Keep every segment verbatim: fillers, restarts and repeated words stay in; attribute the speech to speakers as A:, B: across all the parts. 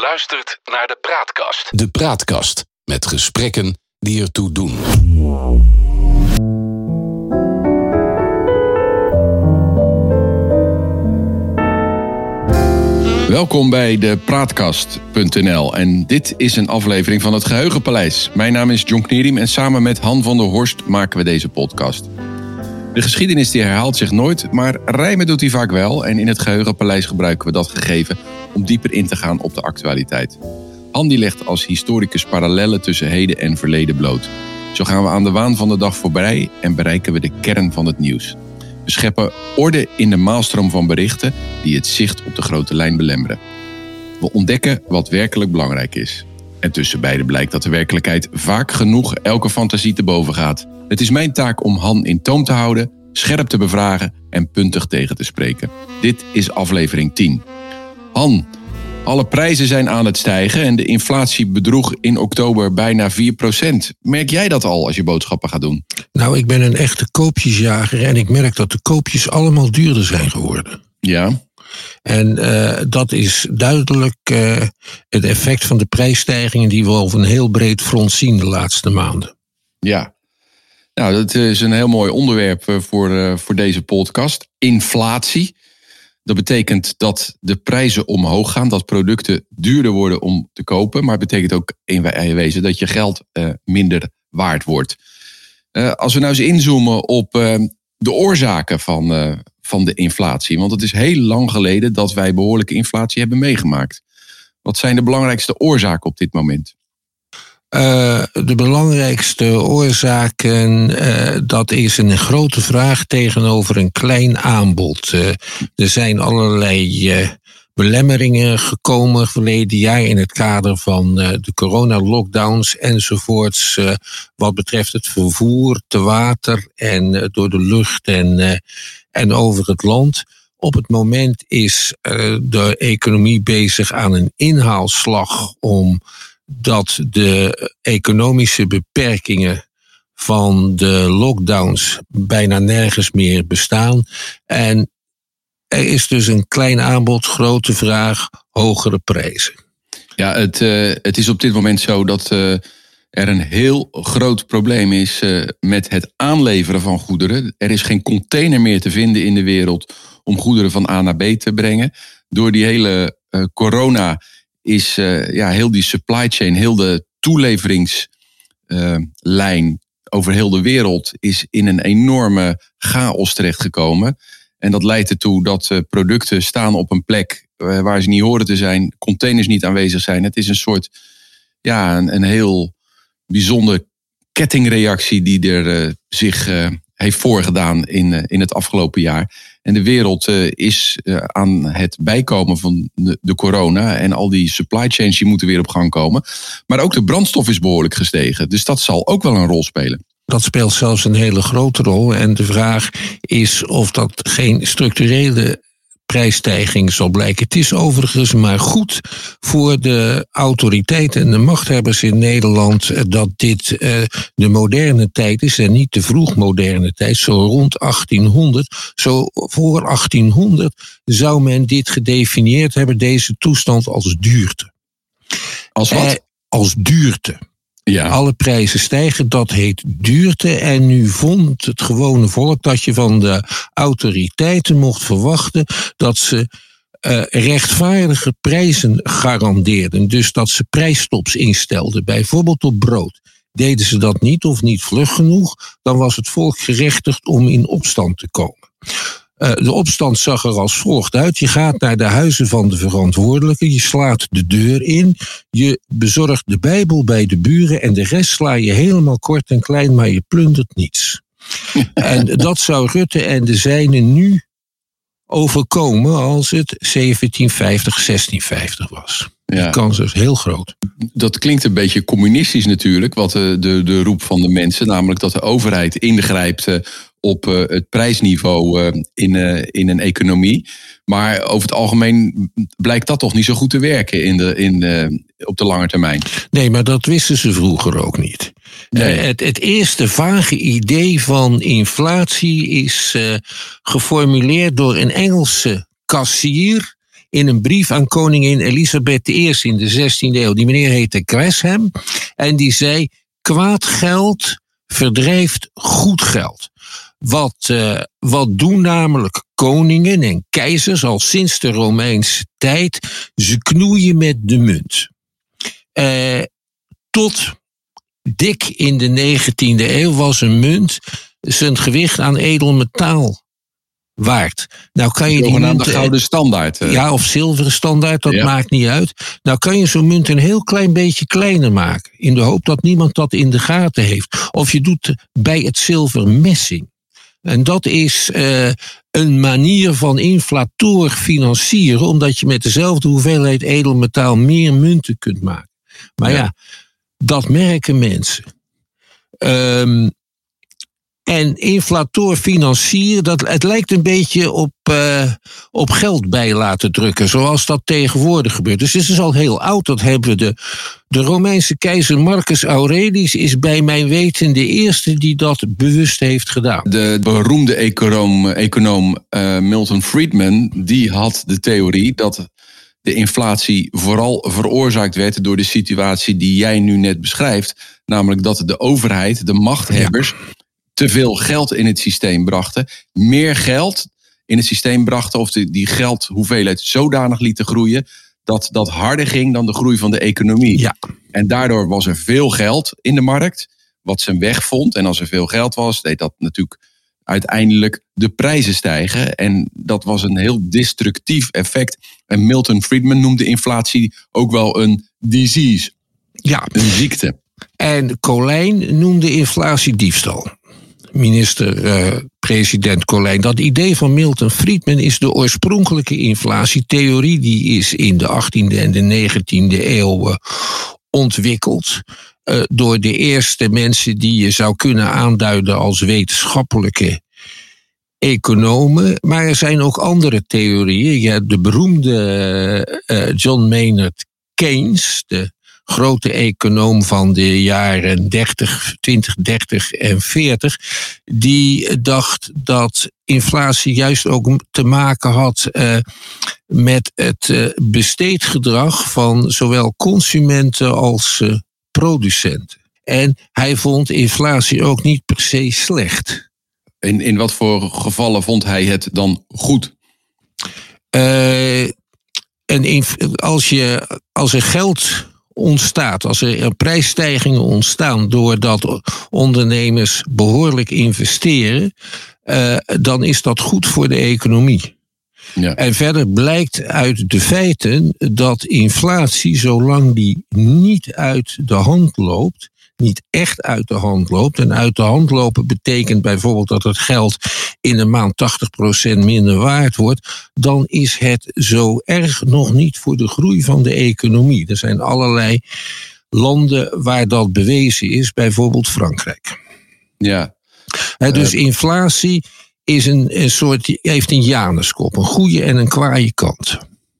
A: luistert naar de Praatkast.
B: De Praatkast, met gesprekken die ertoe doen.
C: Welkom bij de Praatkast punt n l en dit is een aflevering van het Geheugenpaleis. Mijn naam is John Knierim en samen met Han van der Horst maken we deze podcast. De geschiedenis die herhaalt zich nooit, maar rijmen doet hij vaak wel. En in het Geheugenpaleis gebruiken we dat gegeven om dieper in te gaan op de actualiteit. Han die legt als historicus parallellen tussen heden en verleden bloot. Zo gaan we aan de waan van de dag voorbij en bereiken we de kern van het nieuws. We scheppen orde in de maalstroom van berichten die het zicht op de grote lijn belemmeren. We ontdekken wat werkelijk belangrijk is. En tussen beiden blijkt dat de werkelijkheid vaak genoeg elke fantasie te boven gaat. Het is mijn taak om Han in toom te houden, scherp te bevragen en puntig tegen te spreken. Dit is aflevering tien. Han, alle prijzen zijn aan het stijgen en de inflatie bedroeg in oktober bijna vier procent. Merk jij dat al als je boodschappen gaat doen?
D: Nou, ik ben een echte koopjesjager en ik merk dat de koopjes allemaal duurder zijn geworden.
C: Ja.
D: En uh, dat is duidelijk uh, het effect van de prijsstijgingen die we over een heel breed front zien de laatste maanden.
C: Ja. Nou, dat is een heel mooi onderwerp voor, uh, voor deze podcast. Inflatie. Dat betekent dat de prijzen omhoog gaan, dat producten duurder worden om te kopen. Maar het betekent ook in wezen dat je geld uh, minder waard wordt. Uh, als we nou eens inzoomen op uh, de oorzaken van, uh, van de inflatie. Want het is heel lang geleden dat wij behoorlijke inflatie hebben meegemaakt. Wat zijn de belangrijkste oorzaken op dit moment?
D: Uh, de belangrijkste oorzaken, uh, dat is een grote vraag tegenover een klein aanbod. Uh, er zijn allerlei uh, belemmeringen gekomen verleden jaar in het kader van uh, de coronalockdowns enzovoorts. Uh, wat betreft het vervoer te water en uh, door de lucht en, uh, en over het land. Op het moment is uh, de economie bezig aan een inhaalslag om dat de economische beperkingen van de lockdowns bijna nergens meer bestaan. En er is dus een klein aanbod, grote vraag, hogere prijzen.
C: Ja, het, uh, het is op dit moment zo dat uh, er een heel groot probleem is uh, met het aanleveren van goederen. Er is geen container meer te vinden in de wereld om goederen van A naar B te brengen. Door die hele uh, corona is uh, ja, heel die supply chain, heel de toeleveringslijn uh, over heel de wereld is in een enorme chaos terechtgekomen. En dat leidt ertoe dat uh, producten staan op een plek uh, waar ze niet horen te zijn, containers niet aanwezig zijn. Het is een soort, ja, een, een heel bijzonder kettingreactie die er uh, zich uh, heeft voorgedaan in, uh, in het afgelopen jaar. En de wereld uh, is uh, aan het bijkomen van de, de corona. En al die supply chains die moeten weer op gang komen. Maar ook de brandstof is behoorlijk gestegen. Dus dat zal ook wel een rol spelen.
D: Dat speelt zelfs een hele grote rol. En de vraag is of dat geen structurele prijsstijging zal blijken. Het is overigens maar goed voor de autoriteiten en de machthebbers in Nederland dat dit uh, de moderne tijd is en niet de vroegmoderne tijd, zo rond achttienhonderd. Zo voor achttienhonderd zou men dit gedefinieerd hebben, deze toestand, als duurte.
C: Als wat?
D: Uh, als duurte.
C: Ja.
D: Alle prijzen stijgen, dat heet duurte. En nu vond het gewone volk dat je van de autoriteiten mocht verwachten dat ze uh, rechtvaardige prijzen garandeerden. Dus dat ze prijsstops instelden, bijvoorbeeld op brood. Deden ze dat niet of niet vlug genoeg, dan was het volk gerechtigd om in opstand te komen. Uh, de opstand zag er als volgt uit. Je gaat naar de huizen van de verantwoordelijken, je slaat de deur in, je bezorgt de Bijbel bij de buren en de rest sla je helemaal kort en klein, maar je plundert niets. En dat zou Rutte en de zijnen nu overkomen als het zeventienvijftig, zestienvijftig was.
C: Ja.
D: De kans is heel groot.
C: Dat klinkt een beetje communistisch natuurlijk, wat de, de, de roep van de mensen, namelijk dat de overheid ingrijpt uh, op uh, het prijsniveau uh, in, uh, in een economie. Maar over het algemeen blijkt dat toch niet zo goed te werken in de, in, uh, op de lange termijn.
D: Nee, maar dat wisten ze vroeger ook niet. Nee. Uh, het, het eerste vage idee van inflatie is uh, geformuleerd door een Engelse kassier in een brief aan koningin Elisabeth de Eerste in de zestiende eeuw. Die meneer heette Gresham en die zei: kwaad geld verdrijft goed geld. Wat, uh, wat doen namelijk koningen en keizers al sinds de Romeinse tijd? Ze knoeien met de munt. Uh, tot dik in de negentiende eeuw was een munt zijn gewicht aan edelmetaal waard. Nou kan je die munt,
C: de gouden standaard. Uh.
D: Ja, of zilveren standaard, dat
C: ja.
D: maakt niet uit. Nou kan je zo'n munt een heel klein beetje kleiner maken, in de hoop dat niemand dat in de gaten heeft. Of je doet bij het zilver messing. En dat is uh, een manier van inflator financieren, omdat je met dezelfde hoeveelheid edelmetaal meer munten kunt maken. Maar ja, ja dat merken mensen. Um, en inflator financieren, dat, het lijkt een beetje op, uh, op geld bij laten drukken, zoals dat tegenwoordig gebeurt. Dus het is al heel oud, dat hebben we. De, de Romeinse keizer Marcus Aurelius is bij mijn weten de eerste die dat bewust heeft gedaan.
C: De beroemde econoom, econoom uh, Milton Friedman, die had de theorie dat de inflatie vooral veroorzaakt werd door de situatie die jij nu net beschrijft. Namelijk dat de overheid, de machthebbers, ja. te veel geld in het systeem brachten. Meer geld in het systeem brachten of de, die geldhoeveelheid zodanig lieten groeien dat dat harder ging dan de groei van de economie.
D: Ja.
C: En daardoor was er veel geld in de markt, wat zijn weg vond. En als er veel geld was, deed dat natuurlijk uiteindelijk de prijzen stijgen. En dat was een heel destructief effect. En Milton Friedman noemde inflatie ook wel een disease.
D: Ja.
C: Een ziekte.
D: En Colijn noemde inflatie diefstal. Minister-president uh, Colijn. Dat idee van Milton Friedman is de oorspronkelijke inflatietheorie. Die is in de achttiende en de negentiende eeuw uh, ontwikkeld. Uh, door de eerste mensen die je zou kunnen aanduiden als wetenschappelijke economen. Maar er zijn ook andere theorieën. Je hebt de beroemde uh, John Maynard Keynes, de grote econoom van de jaren dertig, twintig, dertig en veertig, die dacht dat inflatie juist ook te maken had uh, met het uh, besteedgedrag van zowel consumenten als uh, producenten. En hij vond inflatie ook niet per se slecht.
C: In, in wat voor gevallen vond hij het dan goed?
D: Uh, en als, je, als er geld ontstaat, als er prijsstijgingen ontstaan doordat ondernemers behoorlijk investeren, uh, dan is dat goed voor de economie. Ja. En verder blijkt uit de feiten dat inflatie, zolang die niet uit de hand loopt, niet echt uit de hand loopt. En uit de hand lopen betekent bijvoorbeeld dat het geld in een maand tachtig procent minder waard wordt. Dan is het zo erg nog niet voor de groei van de economie. Er zijn allerlei landen waar dat bewezen is, bijvoorbeeld Frankrijk.
C: Ja.
D: He, dus inflatie is een, een soort, heeft een Januskop, een goede en een kwaaie kant.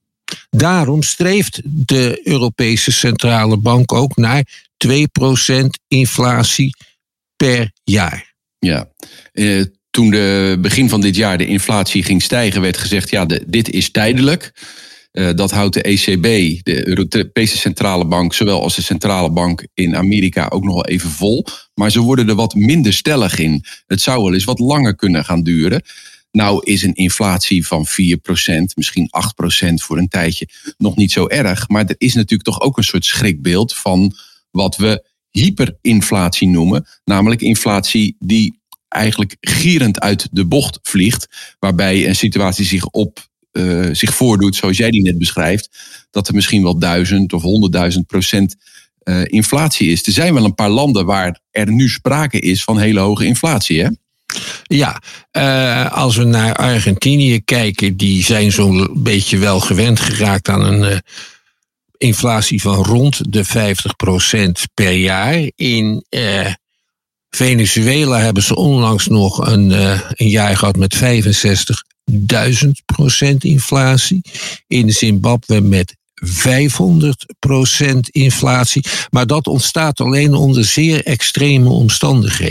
D: Daarom streeft de Europese Centrale Bank ook naar twee procent inflatie per jaar.
C: Ja, eh, toen de begin van dit jaar de inflatie ging stijgen, werd gezegd, ja, de, dit is tijdelijk. Uh, dat houdt de E C B, de Europese Centrale Bank, zowel als de Centrale Bank in Amerika ook nog wel even vol. Maar ze worden er wat minder stellig in. Het zou wel eens wat langer kunnen gaan duren. Nou is een inflatie van vier procent, misschien acht procent voor een tijdje nog niet zo erg. Maar er is natuurlijk toch ook een soort schrikbeeld van wat we hyperinflatie noemen. Namelijk inflatie die eigenlijk gierend uit de bocht vliegt. Waarbij een situatie zich, op, uh, zich voordoet, zoals jij die net beschrijft. Dat er misschien wel duizend of honderdduizend procent uh, inflatie is. Er zijn wel een paar landen waar er nu sprake is van hele hoge inflatie, hè?
D: Ja, uh, als we naar Argentinië kijken, die zijn zo'n beetje wel gewend geraakt aan een uh, inflatie van rond de vijftig procent per jaar. In uh, Venezuela hebben ze onlangs nog een, uh, een jaar gehad met vijfenzestigduizend procent inflatie. In Zimbabwe met vijfhonderd procent inflatie. Maar dat ontstaat alleen onder zeer extreme omstandigheden.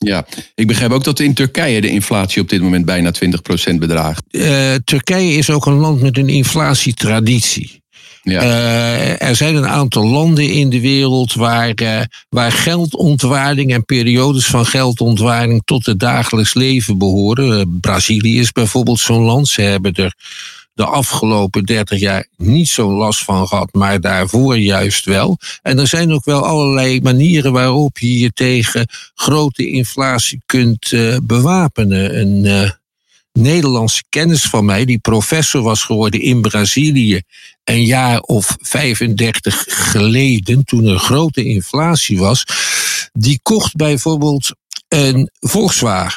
C: Ja, ik begrijp ook dat in Turkije de inflatie op dit moment bijna twintig procent bedraagt.
D: Uh, Turkije is ook een land met een inflatietraditie. Ja. Uh, er zijn een aantal landen in de wereld waar, uh, waar geldontwaarding en periodes van geldontwaarding tot het dagelijks leven behoren. Uh, Brazilië is bijvoorbeeld zo'n land. Ze hebben er de afgelopen dertig jaar niet zo'n last van gehad, maar daarvoor juist wel. En er zijn ook wel allerlei manieren waarop je je tegen grote inflatie kunt uh, bewapenen. Een uh, Nederlandse kennis van mij, die professor was geworden in Brazilië een jaar of vijfendertig geleden, toen er grote inflatie was, die kocht bijvoorbeeld een Volkswagen.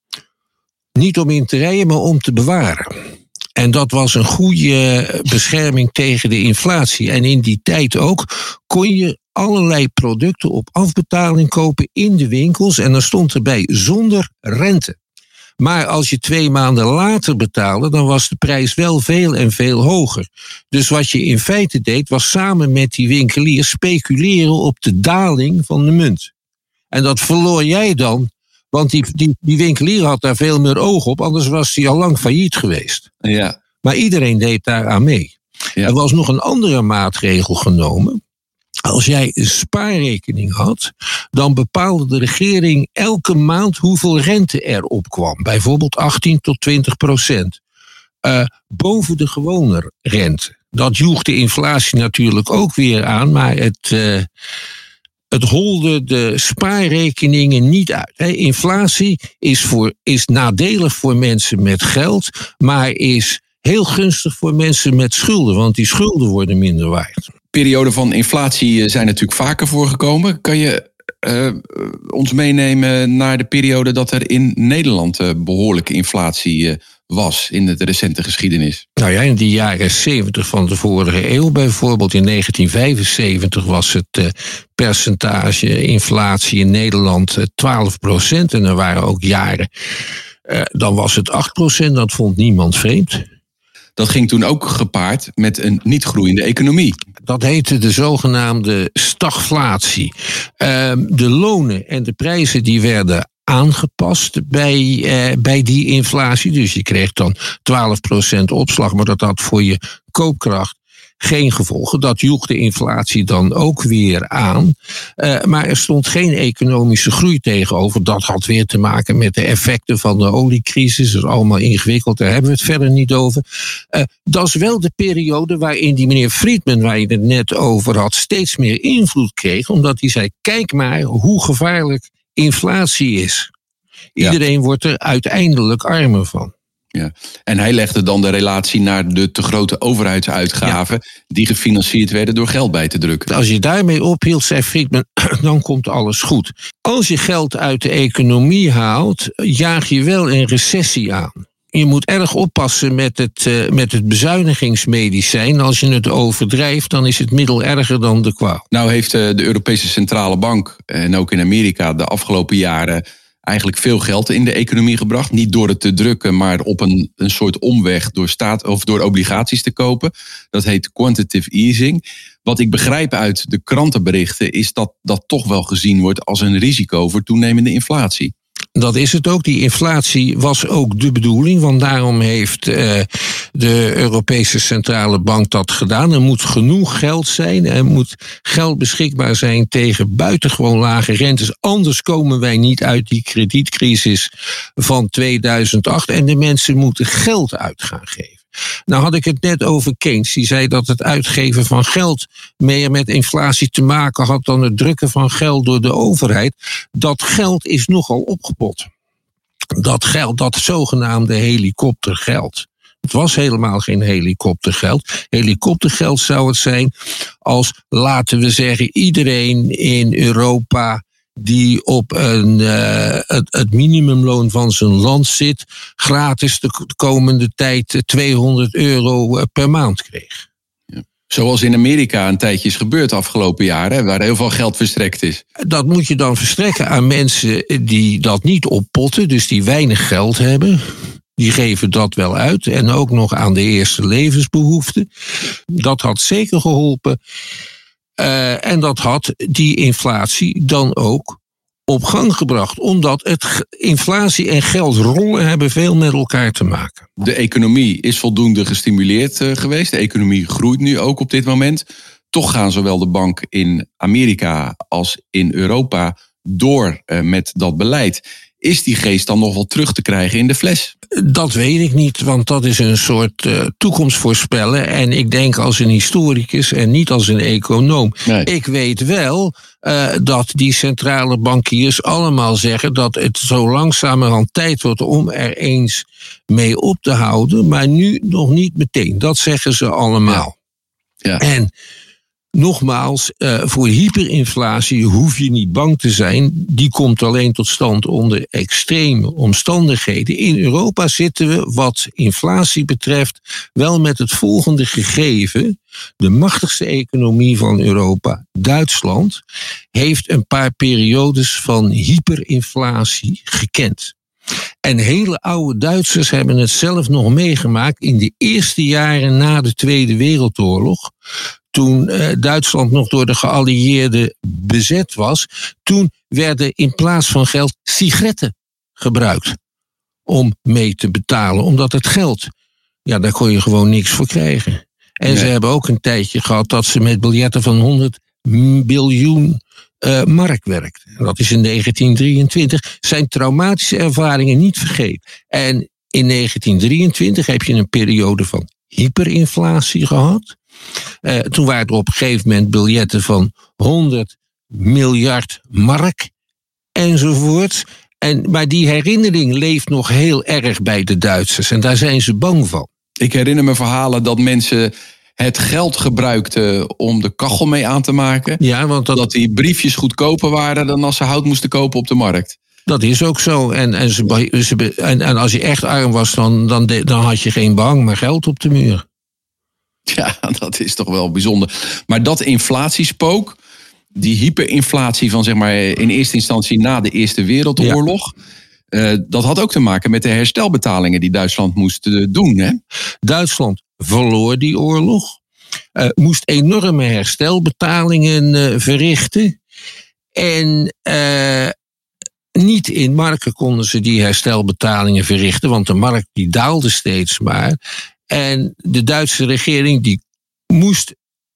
D: Niet om in te rijden, maar om te bewaren. En dat was een goede bescherming tegen de inflatie. En in die tijd ook kon je allerlei producten op afbetaling kopen in de winkels. En dan stond erbij zonder rente. Maar als je twee maanden later betaalde, dan was de prijs wel veel en veel hoger. Dus wat je in feite deed, was samen met die winkelier speculeren op de daling van de munt. En dat verloor jij dan, want die, die, die winkelier had daar veel meer oog op, anders was hij al lang failliet geweest.
C: Ja.
D: Maar iedereen deed daar aan mee. Ja. Er was nog een andere maatregel genomen. Als jij een spaarrekening had, dan bepaalde de regering elke maand hoeveel rente erop kwam. Bijvoorbeeld achttien tot twintig procent. Uh, boven de gewone rente. Dat joeg de inflatie natuurlijk ook weer aan, maar het, uh, het holde de spaarrekeningen niet uit. He, inflatie is, voor, is nadelig voor mensen met geld, maar is heel gunstig voor mensen met schulden, want die schulden worden minder waard.
C: Perioden van inflatie zijn natuurlijk vaker voorgekomen. Kan je uh, ons meenemen naar de periode dat er in Nederland uh, behoorlijke inflatie uh, was in de recente geschiedenis?
D: Nou ja, in de jaren zeventig van de vorige eeuw bijvoorbeeld, in negentien vijfenzeventig was het uh, percentage inflatie in Nederland uh, twaalf procent. En er waren ook jaren, uh, dan was het acht procent, dat vond niemand vreemd.
C: Dat ging toen ook gepaard met een niet groeiende economie.
D: Dat heette de zogenaamde stagflatie. Uh, de lonen en de prijzen die werden aangepast bij, uh, bij die inflatie. Dus je kreeg dan twaalf procent opslag, maar dat had voor je koopkracht geen gevolgen. Dat joeg de inflatie dan ook weer aan. Uh, maar er stond geen economische groei tegenover. Dat had weer te maken met de effecten van de oliecrisis. Dat is allemaal ingewikkeld, daar hebben we het verder niet over. Uh, dat is wel de periode waarin die meneer Friedman, waar je het net over had, steeds meer invloed kreeg. Omdat hij zei, kijk maar hoe gevaarlijk inflatie is. Iedereen ja. wordt er uiteindelijk armer van.
C: Ja. En hij legde dan de relatie naar de te grote overheidsuitgaven, ja. die gefinancierd werden door geld bij te drukken.
D: Als je daarmee ophield, zei Friedman, dan komt alles goed. Als je geld uit de economie haalt, jaag je wel een recessie aan. Je moet erg oppassen met het, uh, met het bezuinigingsmedicijn. Als je het overdrijft, dan is het middel erger dan de kwaal.
C: Nou heeft uh, de Europese Centrale Bank en ook in Amerika de afgelopen jaren eigenlijk veel geld in de economie gebracht. Niet door het te drukken, maar op een, een soort omweg door staat of door obligaties te kopen. Dat heet quantitative easing. Wat ik begrijp uit de krantenberichten is dat dat toch wel gezien wordt als een risico voor toenemende inflatie.
D: Dat is het ook. Die inflatie was ook de bedoeling, want daarom heeft uh, de Europese Centrale Bank dat gedaan. Er moet genoeg geld zijn, er moet geld beschikbaar zijn tegen buitengewoon lage rentes. Anders komen wij niet uit die kredietcrisis van tweeduizend acht en de mensen moeten geld uit gaan geven. Nou had ik het net over Keynes, die zei dat het uitgeven van geld meer met inflatie te maken had dan het drukken van geld door de overheid. Dat geld is nogal opgepot. Dat geld, dat zogenaamde helikoptergeld. Het was helemaal geen helikoptergeld. Helikoptergeld zou het zijn als, laten we zeggen, iedereen in Europa die op een, uh, het, het minimumloon van zijn land zit, gratis de komende tijd tweehonderd euro per maand kreeg.
C: Ja. Zoals in Amerika een tijdje is gebeurd de afgelopen jaren, waar heel veel geld verstrekt is.
D: Dat moet je dan verstrekken aan mensen die dat niet oppotten, dus die weinig geld hebben. Die geven dat wel uit en ook nog aan de eerste levensbehoeften. Dat had zeker geholpen. Uh, en dat had die inflatie dan ook op gang gebracht. Omdat het inflatie en geld rollen hebben veel met elkaar te maken.
C: De economie is voldoende gestimuleerd uh, geweest. De economie groeit nu ook op dit moment. Toch gaan zowel de bank in Amerika als in Europa door uh, met dat beleid. Is die geest dan nog wel terug te krijgen in de fles?
D: Dat weet ik niet, want dat is een soort uh, toekomst voorspellen. En ik denk als een historicus en niet als een econoom. Nee. Ik weet wel uh, dat die centrale bankiers allemaal zeggen dat het zo langzamerhand tijd wordt om er eens mee op te houden. Maar nu nog niet meteen. Dat zeggen ze allemaal. Ja. Ja. En nogmaals, uh, voor hyperinflatie hoef je niet bang te zijn. Die komt alleen tot stand onder extreme omstandigheden. In Europa zitten we, wat inflatie betreft, wel met het volgende gegeven. De machtigste economie van Europa, Duitsland, heeft een paar periodes van hyperinflatie gekend. En hele oude Duitsers hebben het zelf nog meegemaakt in de eerste jaren na de Tweede Wereldoorlog. Toen uh, Duitsland nog door de geallieerden bezet was, toen werden in plaats van geld sigaretten gebruikt om mee te betalen. Omdat het geld, ja, daar kon je gewoon niks voor krijgen. En nee. Ze hebben ook een tijdje gehad dat ze met biljetten van honderd biljoen uh, mark werkten. En dat is in negentien drieëntwintig. Zijn traumatische ervaringen niet vergeten. En in negentien drieëntwintig heb je een periode van hyperinflatie gehad. Uh, toen waren er op een gegeven moment biljetten van honderd miljard mark enzovoort. En, maar die herinnering leeft nog heel erg bij de Duitsers en daar zijn ze bang van.
C: Ik herinner me verhalen dat mensen het geld gebruikten om de kachel mee aan te maken. Ja, want dat, dat die briefjes goedkoper waren dan als ze hout moesten kopen op de markt.
D: Dat is ook zo. En, en, ze, ze, en, en als je echt arm was, dan, dan, dan had je geen bank, maar geld op de muur.
C: Ja, dat is toch wel bijzonder. Maar dat inflatiespook, die hyperinflatie van zeg maar in eerste instantie na de Eerste Wereldoorlog, ja. uh, dat had ook te maken met de herstelbetalingen die Duitsland moest uh, doen, hè?
D: Duitsland verloor die oorlog, uh, moest enorme herstelbetalingen uh, verrichten en uh, niet in marken konden ze die herstelbetalingen verrichten, want de mark die daalde steeds maar. En de Duitse regering die moest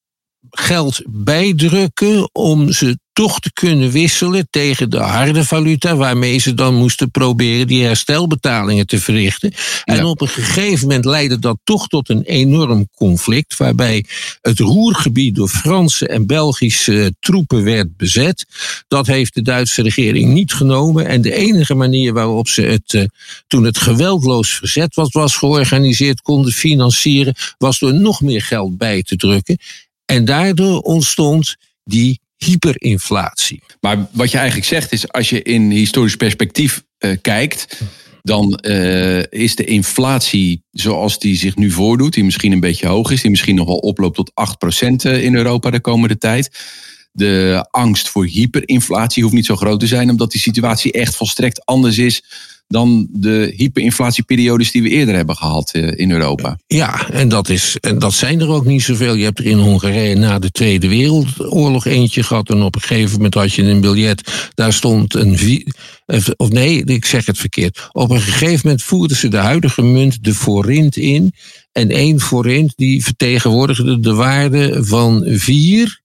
D: geld bijdrukken om ze toch te kunnen wisselen tegen de harde valuta, waarmee ze dan moesten proberen die herstelbetalingen te verrichten. En ja. Op een gegeven moment leidde dat toch tot een enorm conflict, waarbij het Roergebied door Franse en Belgische troepen werd bezet. Dat heeft de Duitse regering niet genomen. En de enige manier waarop ze het, uh, toen het geweldloos verzet was, was georganiseerd, konden financieren, was door nog meer geld bij te drukken. En daardoor ontstond die hyperinflatie.
C: Maar wat je eigenlijk zegt is, als je in historisch perspectief uh, kijkt, dan uh, is de inflatie zoals die zich nu voordoet, die misschien een beetje hoog is, die misschien nog wel oploopt tot acht procent in Europa de komende tijd. De angst voor hyperinflatie hoeft niet zo groot te zijn, omdat die situatie echt volstrekt anders is dan de hyperinflatieperiodes die we eerder hebben gehad in Europa.
D: Ja, en dat, is, en dat zijn er ook niet zoveel. Je hebt er in Hongarije na de Tweede Wereldoorlog eentje gehad en op een gegeven moment had je een biljet, daar stond een, of nee, ik zeg het verkeerd. Op een gegeven moment voerden ze de huidige munt, de forint, in. En één forint die vertegenwoordigde de waarde van vier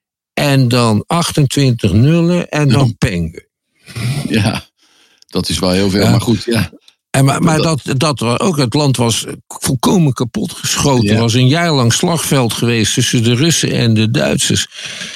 D: en dan achtentwintig nullen en dan pengen.
C: Ja. Dat is wel heel veel, ja. Maar goed, ja.
D: En maar maar dat, dat ook het land was volkomen kapot geschoten. Ja. Er was een jaar lang slagveld geweest tussen de Russen en de Duitsers.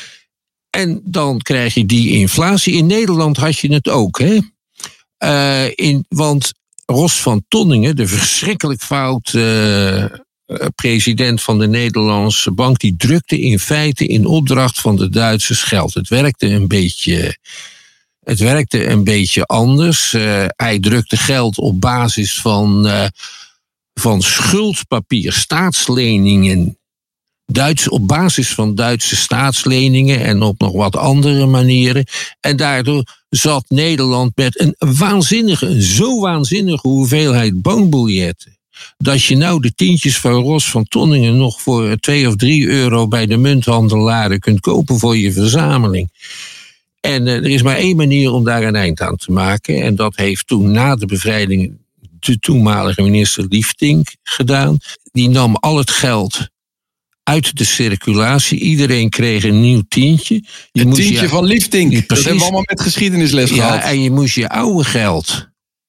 D: En dan krijg je die inflatie. In Nederland had je het ook, hè? Uh, in, want Ros van Tonningen, de verschrikkelijk fout uh, president van de Nederlandse bank, die drukte in feite in opdracht van de Duitsers geld. Het werkte een beetje. Het werkte een beetje anders. Uh, hij drukte geld op basis van, uh, van schuldpapier, staatsleningen. Duits, op basis van Duitse staatsleningen en op nog wat andere manieren. En daardoor zat Nederland met een waanzinnige, een zo waanzinnige hoeveelheid bankbiljetten, dat je nou de tientjes van Ros van Tonningen nog voor twee of drie euro bij de munthandelaren kunt kopen voor je verzameling. En uh, er is maar één manier om daar een eind aan te maken. En dat heeft toen na de bevrijding de toenmalige minister Liefdink gedaan. Die nam al het geld uit de circulatie. Iedereen kreeg een nieuw tientje. Je
C: een tientje je, van Liefdink. Dat hebben we allemaal met geschiedenisles
D: ja,
C: gehad.
D: En je moest je oude geld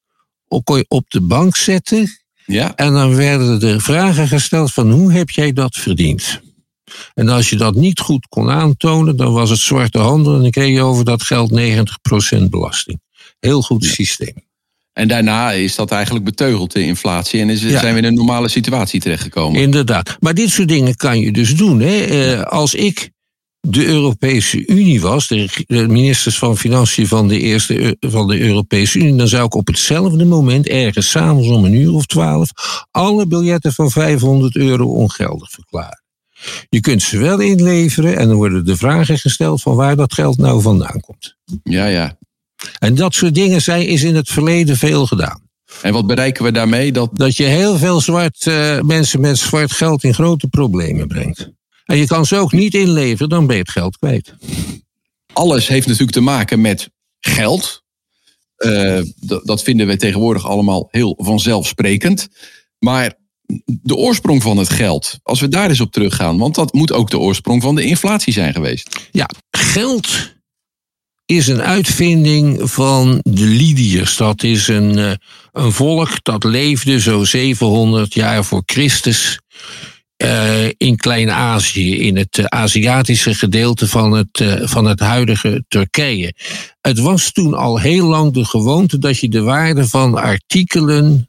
D: op, op de bank zetten.
C: Ja.
D: En dan werden er vragen gesteld van hoe heb jij dat verdiend? En als je dat niet goed kon aantonen, dan was het zwarte handel en dan kreeg je over dat geld negentig procent belasting. Heel goed ja. systeem.
C: En daarna is dat eigenlijk beteugeld, de inflatie. En is, ja. zijn we in een normale situatie terechtgekomen.
D: Inderdaad. Maar dit soort dingen kan je dus doen. Hè. Uh, als ik de Europese Unie was, de ministers van Financiën van de eerste van de Europese Unie, dan zou ik op hetzelfde moment, ergens 's avonds om een uur of twaalf, alle biljetten van vijfhonderd euro ongeldig verklaren. Je kunt ze wel inleveren en dan worden de vragen gesteld van waar dat geld nou vandaan komt.
C: Ja, ja.
D: En dat soort dingen zijn, is in het verleden veel gedaan.
C: En wat bereiken we daarmee? Dat,
D: dat je heel veel zwart, uh, mensen met zwart geld in grote problemen brengt. En je kan ze ook niet inleveren, dan ben je het geld kwijt.
C: Alles heeft natuurlijk te maken met geld. Uh, d- dat vinden we tegenwoordig allemaal heel vanzelfsprekend. Maar de oorsprong van het geld, als we daar eens op teruggaan, want dat moet ook de oorsprong van de inflatie zijn geweest.
D: Ja, geld is een uitvinding van de Lydiërs. Dat is een, uh, een volk dat leefde zo zevenhonderd jaar voor Christus uh, in Klein-Azië, in het uh, Aziatische gedeelte van het, uh, van het huidige Turkije. Het was toen al heel lang de gewoonte dat je de waarde van artikelen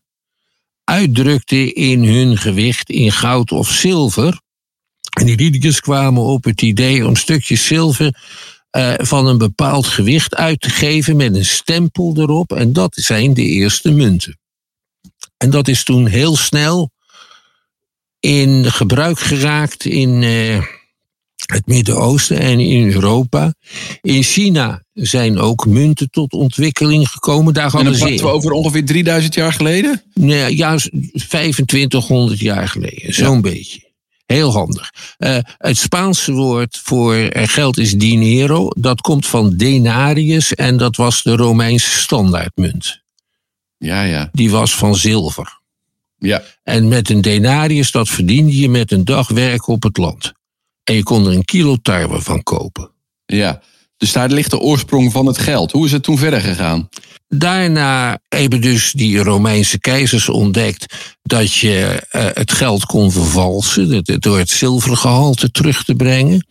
D: uitdrukte in hun gewicht in goud of zilver. En die Lydiërs kwamen op het idee om stukjes zilver uh, van een bepaald gewicht uit te geven met een stempel erop. En dat zijn de eerste munten. En dat is toen heel snel in gebruik geraakt in uh, het Midden-Oosten en in Europa. In China zijn ook munten tot ontwikkeling gekomen. Daar
C: en dan praten we over ongeveer drieduizend jaar geleden?
D: Nee, ja, vijfentwintighonderd jaar geleden, zo'n ja. beetje. Heel handig. Uh, het Spaanse woord voor geld is dinero. Dat komt van denarius en dat was de Romeinse standaardmunt.
C: Ja, ja.
D: Die was van zilver.
C: Ja.
D: En met een denarius, dat verdiende je met een dag werk op het land. En je kon er een kilo tarwe van kopen.
C: Ja, dus daar ligt de oorsprong van het geld. Hoe is het toen verder gegaan?
D: Daarna hebben dus die Romeinse keizers ontdekt dat je uh, het geld kon vervalsen door het zilvergehalte terug te brengen.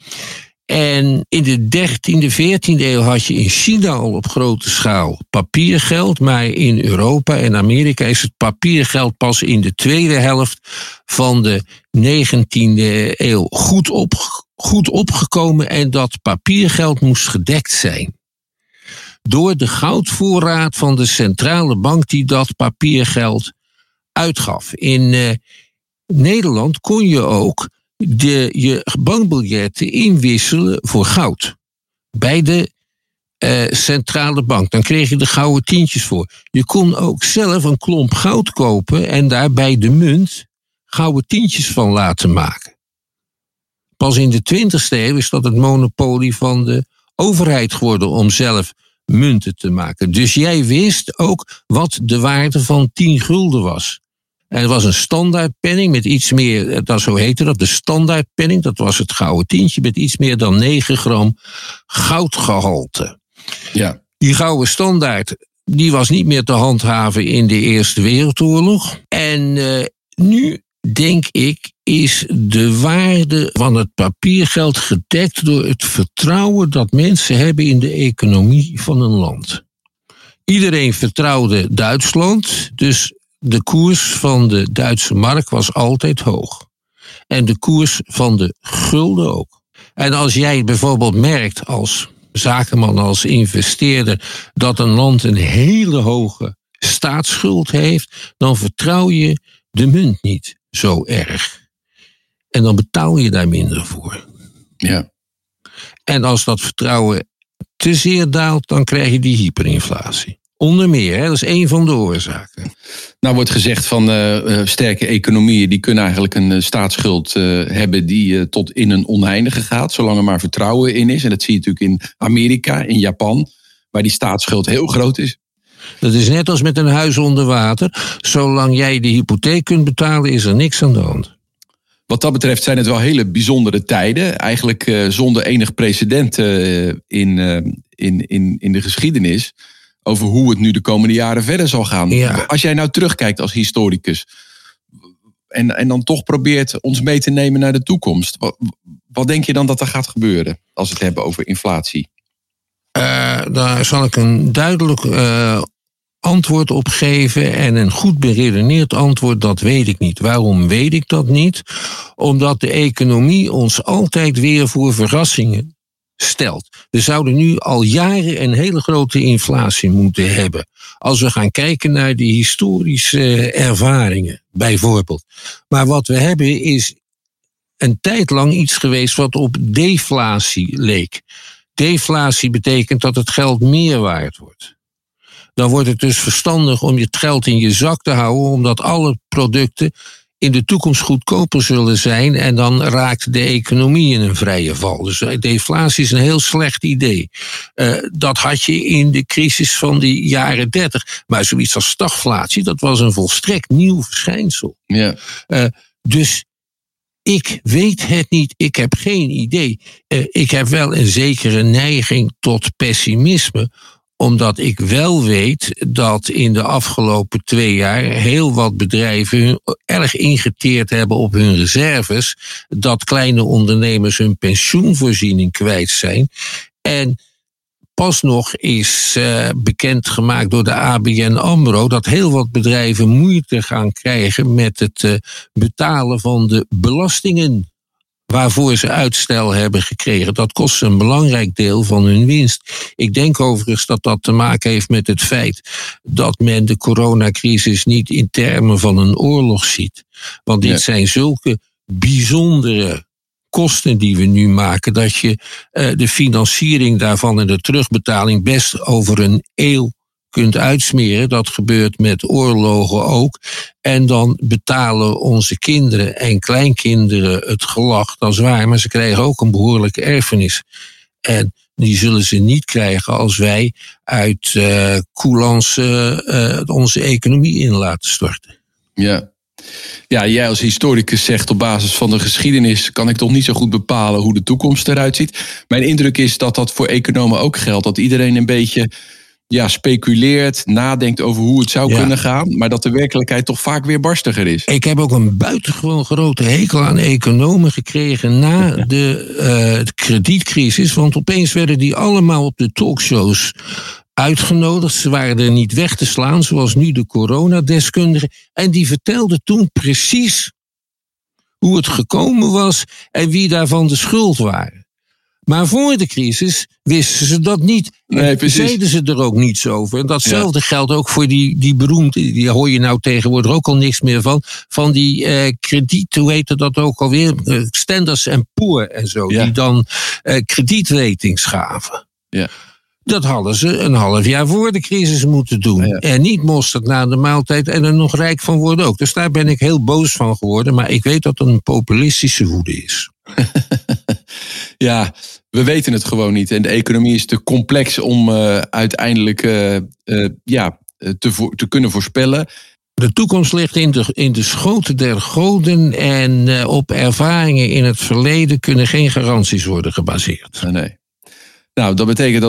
D: En in de dertiende, veertiende eeuw had je in China al op grote schaal papiergeld. Maar in Europa en Amerika is het papiergeld pas in de tweede helft van de negentiende eeuw goed, op, goed opgekomen. En dat papiergeld moest gedekt zijn door de goudvoorraad van de centrale bank die dat papiergeld uitgaf. In uh, Nederland kon je ook de, je bankbiljetten inwisselen voor goud bij de uh, centrale bank. Dan kreeg je de gouden tientjes voor. Je kon ook zelf een klomp goud kopen en daar bij de munt gouden tientjes van laten maken. Pas in de twintigste eeuw is dat het monopolie van de overheid geworden om zelf munten te maken. Dus jij wist ook wat de waarde van tien gulden was. En het was een standaardpenning met iets meer, dat zo heette dat, de standaardpenning. Dat was het gouden tientje met iets meer dan negen gram goudgehalte.
C: Ja.
D: Die gouden standaard, die was niet meer te handhaven in de Eerste Wereldoorlog. En uh, nu, denk ik, is de waarde van het papiergeld gedekt door het vertrouwen dat mensen hebben in de economie van een land. Iedereen vertrouwde Duitsland, dus de koers van de Duitse mark was altijd hoog. En de koers van de gulden ook. En als jij bijvoorbeeld merkt als zakenman, als investeerder, dat een land een hele hoge staatsschuld heeft, dan vertrouw je de munt niet zo erg. En dan betaal je daar minder voor.
C: Ja.
D: En als dat vertrouwen te zeer daalt, dan krijg je die hyperinflatie. Onder meer, hè? Dat is één van de oorzaken.
C: Nou wordt gezegd van uh, uh, sterke economieën die kunnen eigenlijk een uh, staatsschuld uh, hebben die uh, tot in een oneindige gaat, zolang er maar vertrouwen in is. En dat zie je natuurlijk in Amerika, in Japan, waar die staatsschuld heel groot is.
D: Dat is net als met een huis onder water. Zolang jij de hypotheek kunt betalen, is er niks aan de hand.
C: Wat dat betreft zijn het wel hele bijzondere tijden. Eigenlijk uh, zonder enig precedent uh, in, uh, in, in, in de geschiedenis over hoe het nu de komende jaren verder zal gaan.
D: Ja.
C: Als jij nou terugkijkt als historicus en, en dan toch probeert ons mee te nemen naar de toekomst. Wat, wat denk je dan dat er gaat gebeuren als we het hebben over inflatie?
D: Uh, daar zal ik een duidelijk uh, antwoord op geven en een goed beredeneerd antwoord, dat weet ik niet. Waarom weet ik dat niet? Omdat de economie ons altijd weer voor verrassingen stelt. We zouden nu al jaren een hele grote inflatie moeten hebben. Als we gaan kijken naar de historische ervaringen, bijvoorbeeld. Maar wat we hebben is een tijd lang iets geweest wat op deflatie leek. Deflatie betekent dat het geld meer waard wordt. Dan wordt het dus verstandig om je het geld in je zak te houden, omdat alle producten in de toekomst goedkoper zullen zijn en dan raakt de economie in een vrije val. Dus deflatie is een heel slecht idee. Uh, dat had je in de crisis van de jaren dertig. Maar zoiets als stagflatie, dat was een volstrekt nieuw verschijnsel.
C: Ja.
D: Uh, dus ik weet het niet, ik heb geen idee. Uh, ik heb wel een zekere neiging tot pessimisme, omdat ik wel weet dat in de afgelopen twee jaar heel wat bedrijven hun erg ingeteerd hebben op hun reserves, dat kleine ondernemers hun pensioenvoorziening kwijt zijn. En pas nog is uh, bekendgemaakt door de A B N AMRO dat heel wat bedrijven moeite gaan krijgen met het uh, betalen van de belastingen waarvoor ze uitstel hebben gekregen. Dat kost een belangrijk deel van hun winst. Ik denk overigens dat dat te maken heeft met het feit dat men de coronacrisis niet in termen van een oorlog ziet. Want dit ja. zijn zulke bijzondere kosten die we nu maken, dat je uh, de financiering daarvan en de terugbetaling best over een eeuw kunt uitsmeren. Dat gebeurt met oorlogen ook. En dan betalen onze kinderen en kleinkinderen het gelag, dat is waar, maar ze krijgen ook een behoorlijke erfenis. En die zullen ze niet krijgen als wij uit uh, coulance uh, onze economie in laten storten.
C: Ja. Ja, jij als historicus zegt op basis van de geschiedenis kan ik toch niet zo goed bepalen hoe de toekomst eruit ziet. Mijn indruk is dat dat voor economen ook geldt. Dat iedereen een beetje ja, speculeert, nadenkt over hoe het zou ja. kunnen gaan, maar dat de werkelijkheid toch vaak weer barstiger is.
D: Ik heb ook een buitengewoon grote hekel aan economen gekregen na ja. de uh, kredietcrisis, want opeens werden die allemaal op de talkshows uitgenodigd. Ze waren er niet weg te slaan, zoals nu de coronadeskundigen. En die vertelden toen precies hoe het gekomen was en wie daarvan de schuld waren. Maar voor de crisis wisten ze dat niet.
C: Nee, precies.
D: Zeiden ze er ook niets over. En datzelfde ja. geldt ook voor die, die beroemde, die hoor je nou tegenwoordig ook al niks meer van, van die uh, krediet, hoe heette dat ook alweer? Uh, Standard and Poor en zo, ja. die dan uh, kredietratings gaven.
C: Ja.
D: Dat hadden ze een half jaar voor de crisis moeten doen. Ja. En niet mosterd na de maaltijd en er nog rijk van worden ook. Dus daar ben ik heel boos van geworden. Maar ik weet dat het een populistische woede is.
C: Ja, we weten het gewoon niet. En de economie is te complex om uh, uiteindelijk uh, uh, ja, te, vo- te kunnen voorspellen.
D: De toekomst ligt in de, in de schoten der goden. En uh, op ervaringen in het verleden kunnen geen garanties worden gebaseerd.
C: Nee. Nou, dat betekent dat